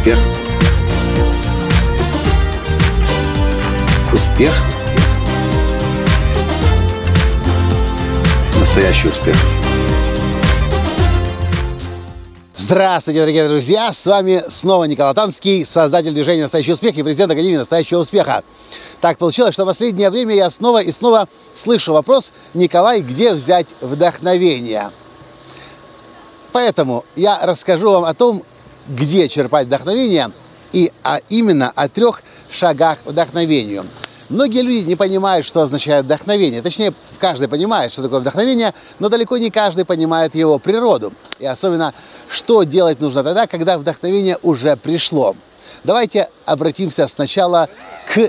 Успех. Успех. Настоящий успех. Здравствуйте, дорогие друзья! С вами снова Николай Танский, создатель движения «Настоящий успех» и президент Академии «Настоящего успеха». Так получилось, что в последнее время я снова и снова слышу вопрос: Николай, где взять вдохновение? Поэтому я расскажу вам о том, где черпать вдохновение, именно о 3 шагах к вдохновению. Многие люди не понимают, что означает вдохновение. Точнее, каждый понимает, что такое вдохновение, но далеко не каждый понимает его природу. И особенно, что делать нужно тогда, когда вдохновение уже пришло. Давайте обратимся сначала к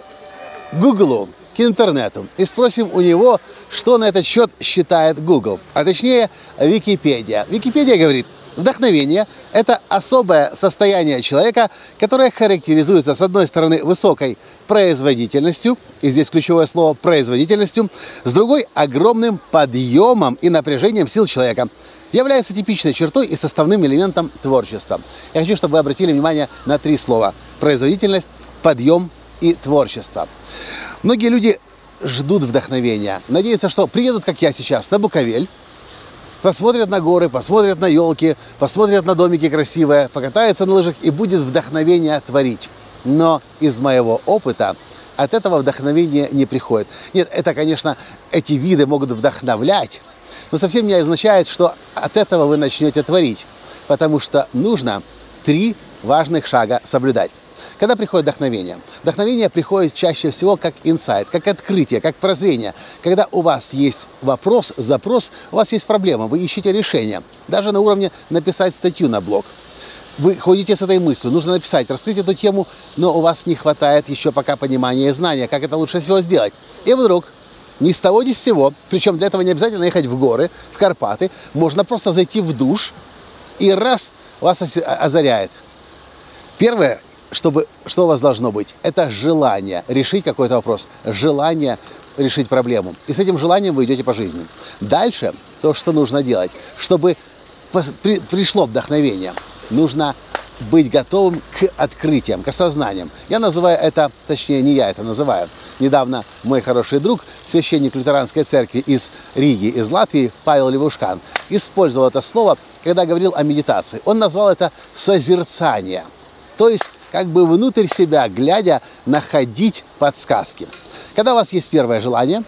Гуглу, к интернету, и спросим у него, что на этот счет считает Google, а точнее Википедия. Википедия говорит: вдохновение – это особое состояние человека, которое характеризуется, с одной стороны, высокой производительностью, и здесь ключевое слово «производительностью», с другой – огромным подъемом и напряжением сил человека, является типичной чертой и составным элементом творчества. Я хочу, чтобы вы обратили внимание на 3 слова – производительность, подъем и творчество. Многие люди ждут вдохновения, надеются, что приедут, как я сейчас, на Буковель, посмотрят на горы, посмотрят на елки, посмотрят на домики красивые, покатаются на лыжах, и будет вдохновение творить. Но из моего опыта от этого вдохновения не приходит. Нет, это, конечно, эти виды могут вдохновлять, но совсем не означает, что от этого вы начнете творить, потому что нужно 3 важных шага соблюдать. Когда приходит вдохновение? Вдохновение приходит чаще всего как инсайт, как открытие, как прозрение. Когда у вас есть вопрос, запрос, у вас есть проблема, вы ищете решение. Даже на уровне написать статью на блог. Вы ходите с этой мыслью, нужно написать, раскрыть эту тему, но у вас не хватает еще пока понимания и знания, как это лучше всего сделать. И вдруг, ни с того ни с сего, причем для этого не обязательно ехать в горы, в Карпаты, можно просто зайти в душ, и раз вас озаряет. Первое, что у вас должно быть, это желание решить какой-то вопрос, желание решить проблему. И с этим желанием вы идете по жизни. Дальше то, что нужно делать, чтобы пришло вдохновение, нужно быть готовым к открытиям, к осознаниям. Я называю это, точнее не я это называю. Недавно мой хороший друг, священник лютеранской церкви из Риги, из Латвии, Павел Левушкан, использовал это слово, когда говорил о медитации. Он назвал это созерцание. То есть, как бы внутрь себя, глядя, находить подсказки. Когда у вас есть первое желание,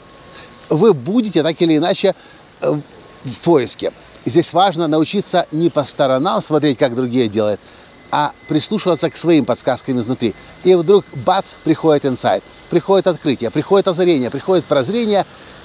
вы будете так или иначе в поиске. Здесь важно научиться не по сторонам смотреть, как другие делают, а прислушиваться к своим подсказкам изнутри. И вдруг, бац, приходит инсайт, приходит открытие, приходит озарение, приходит прозрение,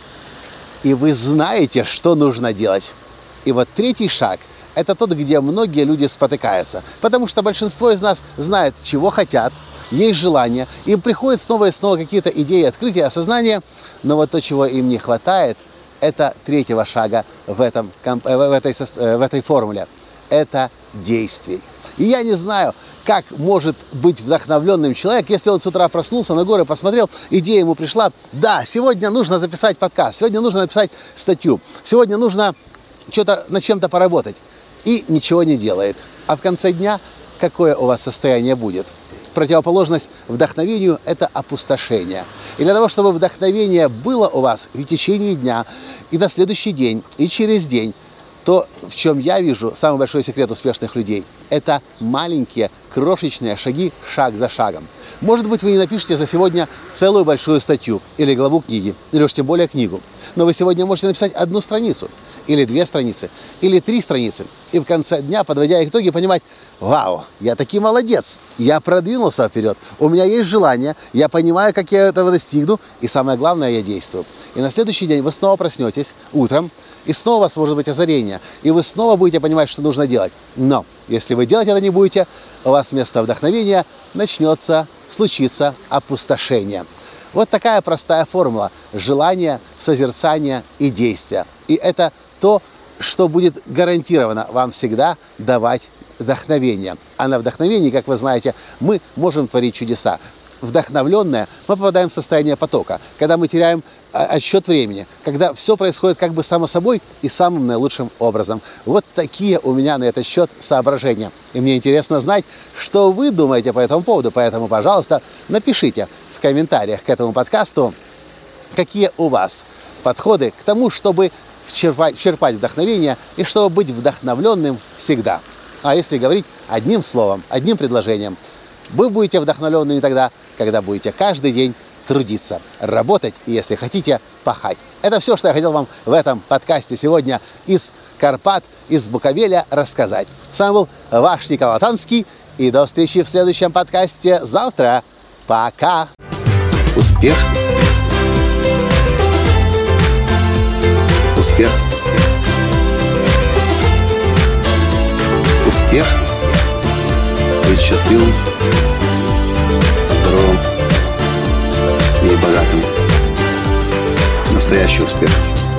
и вы знаете, что нужно делать. И вот 3 шаг – это тот, где многие люди спотыкаются. Потому что большинство из нас знает, чего хотят, есть желание, им приходят снова и снова какие-то идеи, открытия, осознания, но вот то, чего им не хватает, это 3-го шага в этой формуле. Это действий. И я не знаю, как может быть вдохновленным человек, если он с утра проснулся, на горы посмотрел, идея ему пришла: да, сегодня нужно записать подкаст, сегодня нужно написать статью, сегодня нужно над чем-то поработать. И ничего не делает. А в конце дня какое у вас состояние будет? Противоположность вдохновению – это опустошение. И для того, чтобы вдохновение было у вас в течение дня, и на следующий день, и через день, то, в чем я вижу самый большой секрет успешных людей, это маленькие, крошечные шаги, шаг за шагом. Может быть, вы не напишете за сегодня целую большую статью, или главу книги, или уж тем более книгу, но вы сегодня можете написать 1 страницу, или 2 страницы, или 3 страницы, и в конце дня, подводя итоги, понимать: вау, я таки молодец, я продвинулся вперед, у меня есть желание, я понимаю, как я этого достигну, и самое главное, я действую. И на следующий день вы снова проснетесь утром, и снова у вас может быть озарение, и вы снова будете понимать, что нужно делать. Но если вы делать это не будете, у вас вместо вдохновения случится опустошение. Вот такая простая формула: желание, созерцание и действие. И это то, что будет гарантированно вам всегда давать вдохновение. А на вдохновении, как вы знаете, мы можем творить чудеса. вдохновленное, мы попадаем в состояние потока, когда мы теряем отсчет времени, когда все происходит как бы само собой и самым наилучшим образом. Вот такие у меня на этот счет соображения. И мне интересно знать, что вы думаете по этому поводу. Поэтому, пожалуйста, напишите в комментариях к этому подкасту, какие у вас подходы к тому, чтобы черпать вдохновение и чтобы быть вдохновленным всегда. А если говорить одним словом, одним предложением, вы будете вдохновленными тогда, когда будете каждый день трудиться, работать и, если хотите, пахать. Это все, что я хотел вам в этом подкасте сегодня из Карпат, из Буковеля рассказать. С вами был ваш Николай Латанский. И до встречи в следующем подкасте завтра. Пока! Успех! Успех! Успех! Быть счастливым, здоровым и богатым. Настоящий успех!